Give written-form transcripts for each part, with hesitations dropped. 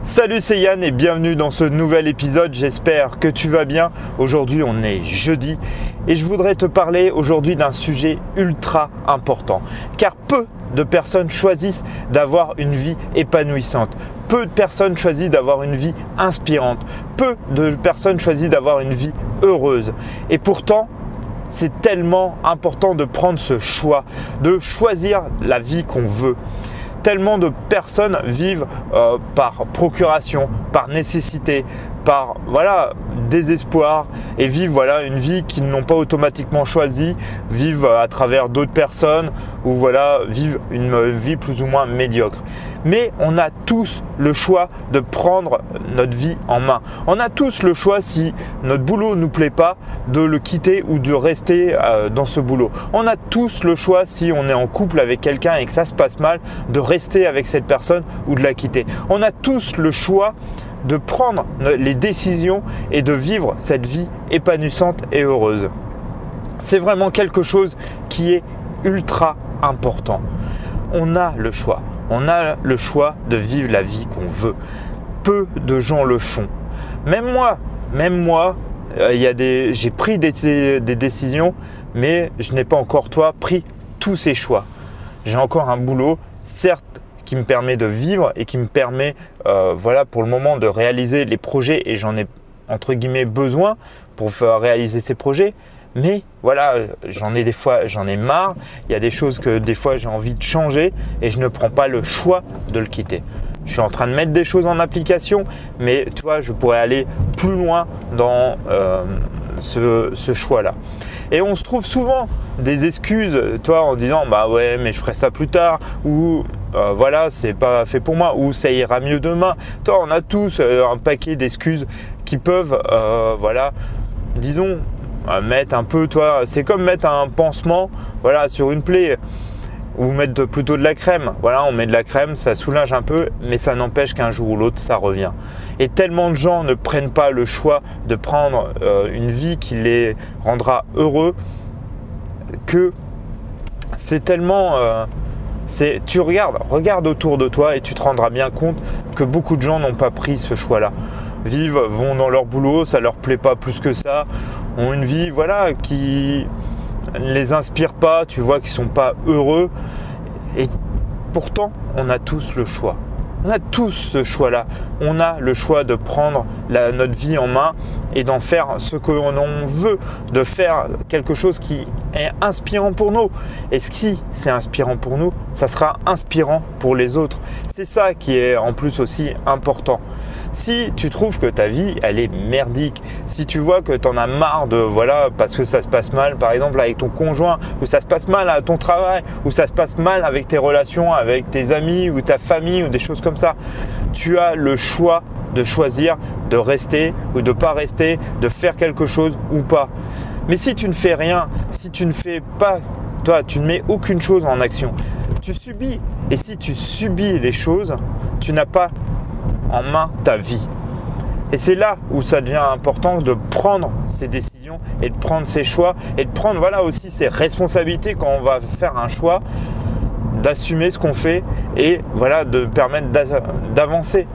Salut, c'est Yann et bienvenue dans ce nouvel épisode, j'espère que tu vas bien. Aujourd'hui on est jeudi et je voudrais te parler aujourd'hui d'un sujet ultra important car peu de personnes choisissent d'avoir une vie épanouissante. Peu de personnes choisissent d'avoir une vie inspirante. Peu de personnes choisissent d'avoir une vie heureuse. Et pourtant, c'est tellement important de prendre ce choix, de choisir la vie qu'on veut. Tellement de personnes vivent par procuration, par nécessité, par désespoir et vivent une vie qu'ils n'ont pas automatiquement choisie, vivent à travers d'autres personnes ou vivent une vie plus ou moins médiocre. Mais on a tous le choix de prendre notre vie en main. On a tous le choix, si notre boulot ne nous plaît pas, de le quitter ou de rester dans ce boulot. On a tous le choix, si on est en couple avec quelqu'un et que ça se passe mal, de rester avec cette personne ou de la quitter. On a tous le choix de prendre les décisions et de vivre cette vie épanouissante et heureuse. C'est vraiment quelque chose qui est ultra important. On a le choix. On a le choix de vivre la vie qu'on veut. Peu de gens le font. Même moi, j'ai pris des décisions, mais je n'ai pas encore pris tous ces choix. J'ai encore un boulot, certes, qui me permet de vivre et qui me permet pour le moment de réaliser les projets et j'en ai entre guillemets besoin pour faire réaliser ces projets. Mais j'en ai marre. Il y a des choses que des fois j'ai envie de changer et je ne prends pas le choix de le quitter. Je suis en train de mettre des choses en application, mais tu vois, je pourrais aller plus loin dans ce choix-là. Et on se trouve souvent des excuses, en disant ouais, mais je ferai ça plus tard, ou c'est pas fait pour moi, ou ça ira mieux demain. On a tous un paquet d'excuses qui peuvent, mettre un peu, c'est comme mettre un pansement, sur une plaie. Ou mettre plutôt de la crème. On met de la crème, ça soulage un peu, mais ça n'empêche qu'un jour ou l'autre, ça revient. Et tellement de gens ne prennent pas le choix de prendre une vie qui les rendra heureux que c'est tellement… tu regarde autour de toi et tu te rendras bien compte que beaucoup de gens n'ont pas pris ce choix-là. Vont dans leur boulot, ça leur plaît pas plus que ça, ont une vie qui ne les inspire pas, tu vois qu'ils sont pas heureux. Et pourtant, on a tous le choix. On a tous ce choix-là. On a le choix de prendre notre vie en main et d'en faire ce que l'on veut, de faire quelque chose qui est inspirant pour nous. Et si c'est inspirant pour nous, ça sera inspirant pour les autres. C'est ça qui est en plus aussi important. Si tu trouves que ta vie, elle est merdique, si tu vois que tu en as marre parce que ça se passe mal, par exemple avec ton conjoint, ou ça se passe mal à ton travail, ou ça se passe mal avec tes relations, avec tes amis, ou ta famille, ou des choses comme ça, tu as le choix de choisir de rester ou de pas rester, de faire quelque chose ou pas. Mais si tu ne fais rien, si tu ne fais pas, tu ne mets aucune chose en action, tu subis. Et si tu subis les choses, tu n'as pas en main ta vie. Et c'est là où ça devient important de prendre ses décisions et de prendre ses choix et de prendre aussi ses responsabilités quand on va faire un choix, d'assumer ce qu'on fait et de permettre d'avancer.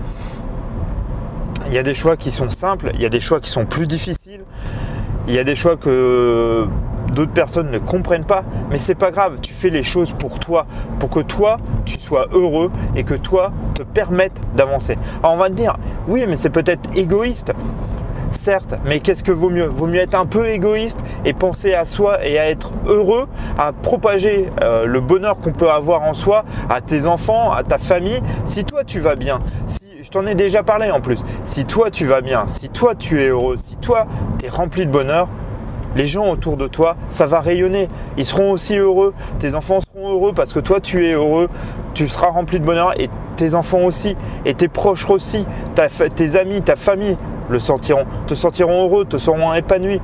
Il y a des choix qui sont simples, il y a des choix qui sont plus difficiles, il y a des choix que d'autres personnes ne comprennent pas, mais c'est pas grave, tu fais les choses pour toi, pour que toi, tu sois heureux et que toi, te permette d'avancer. Alors on va te dire, oui, mais c'est peut-être égoïste, certes, mais qu'est-ce que vaut mieux ? Vaut mieux être un peu égoïste et penser à soi et à être heureux, à propager le bonheur qu'on peut avoir en soi, à tes enfants, à ta famille. Si toi, tu vas bien, je t'en ai déjà parlé en plus, si toi, tu vas bien, si toi, tu es heureux, si toi, tu es rempli de bonheur, les gens autour de toi, ça va rayonner. Ils seront aussi heureux. Tes enfants seront heureux parce que toi, tu es heureux. Tu seras rempli de bonheur et tes enfants aussi. Et tes proches aussi. Tes amis, ta famille te sentiront heureux, te seront épanouis.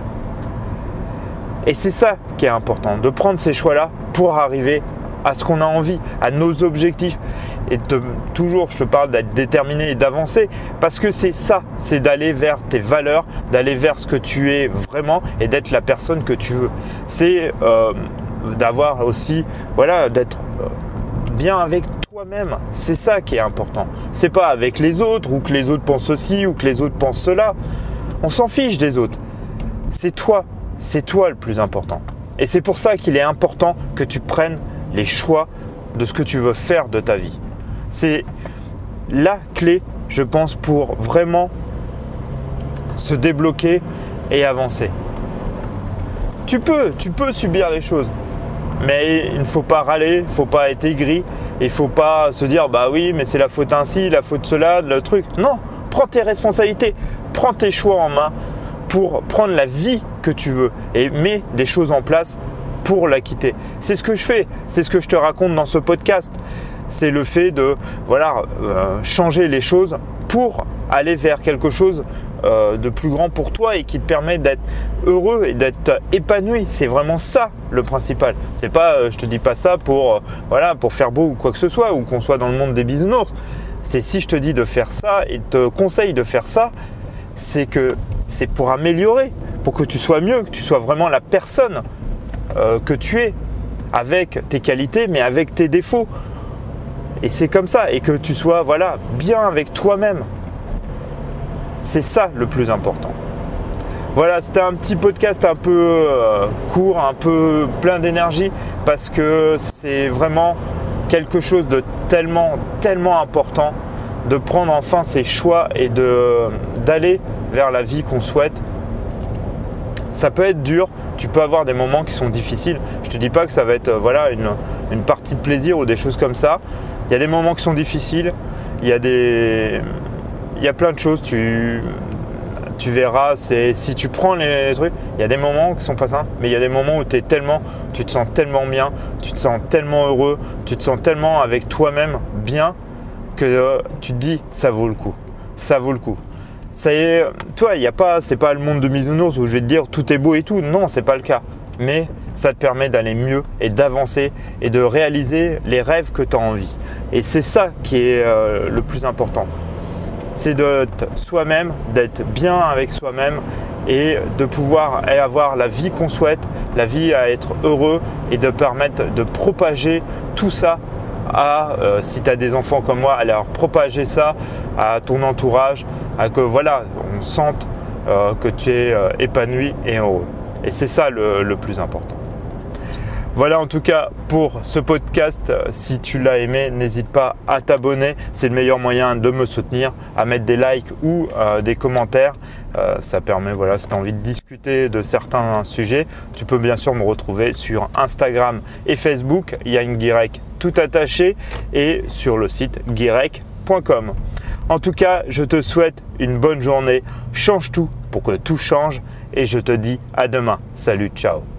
Et c'est ça qui est important, de prendre ces choix-là pour arriver à ce qu'on a envie, à nos objectifs. Et toujours, je te parle d'être déterminé et d'avancer parce que c'est ça, c'est d'aller vers tes valeurs, d'aller vers ce que tu es vraiment et d'être la personne que tu veux. C'est d'avoir aussi, d'être bien avec toi-même. C'est ça qui est important. C'est pas avec les autres ou que les autres pensent ceci ou que les autres pensent cela. On s'en fiche des autres. C'est toi le plus important. Et c'est pour ça qu'il est important que tu prennes les choix de ce que tu veux faire de ta vie. C'est la clé, je pense, pour vraiment se débloquer et avancer. Tu peux subir les choses, mais il ne faut pas râler, il ne faut pas être aigri, il ne faut pas se dire bah oui, mais c'est la faute ainsi, la faute cela, le truc. Non, prends tes responsabilités, prends tes choix en main pour prendre la vie que tu veux et mets des choses en place pour la quitter. C'est ce que je fais, c'est ce que je te raconte dans ce podcast. C'est le fait de changer les choses pour aller vers quelque chose de plus grand pour toi et qui te permet d'être heureux et d'être épanoui. C'est vraiment ça le principal. C'est pas, je te dis pas ça pour faire beau ou quoi que ce soit ou qu'on soit dans le monde des bisounours. C'est si je te dis de faire ça et te conseille de faire ça, c'est que c'est pour améliorer, pour que tu sois mieux, que tu sois vraiment la personne que tu es, avec tes qualités mais avec tes défauts. Et c'est comme ça, et que tu sois bien avec toi-même. C'est ça le plus important. Voilà, c'était un petit podcast un peu court, un peu plein d'énergie, parce que c'est vraiment quelque chose de tellement important de prendre enfin ses choix et d'aller vers la vie qu'on souhaite. Ça peut être dur, tu peux avoir des moments qui sont difficiles. Je ne te dis pas que ça va être une partie de plaisir ou des choses comme ça. Il y a des moments qui sont difficiles, il y a plein de choses, tu verras, si tu prends les trucs, il y a des moments qui sont pas simples, mais il y a des moments où tu te sens tellement bien, tu te sens tellement heureux, tu te sens tellement avec toi-même bien que tu te dis ça vaut le coup, ça vaut le coup. Ça y est, toi, c'est pas le monde de bisounours où je vais te dire tout est beau et tout, non, c'est pas le cas, mais ça te permet d'aller mieux et d'avancer et de réaliser les rêves que tu as envie. Et c'est ça qui est le plus important. C'est d'être soi-même, d'être bien avec soi-même et de pouvoir avoir la vie qu'on souhaite, la vie à être heureux et de permettre de propager tout ça si tu as des enfants comme moi, à leur propager ça à ton entourage, à que on sente que tu es épanoui et heureux. Et c'est ça le plus important. Voilà en tout cas pour ce podcast. Si tu l'as aimé, n'hésite pas à t'abonner. C'est le meilleur moyen de me soutenir, à mettre des likes ou des commentaires. Ça permet, si tu as envie de discuter de certains sujets, tu peux bien sûr me retrouver sur Instagram et Facebook, Yann Guirec tout attaché, et sur le site guirec.com. En tout cas, je te souhaite une bonne journée. Change tout pour que tout change et je te dis à demain. Salut, ciao.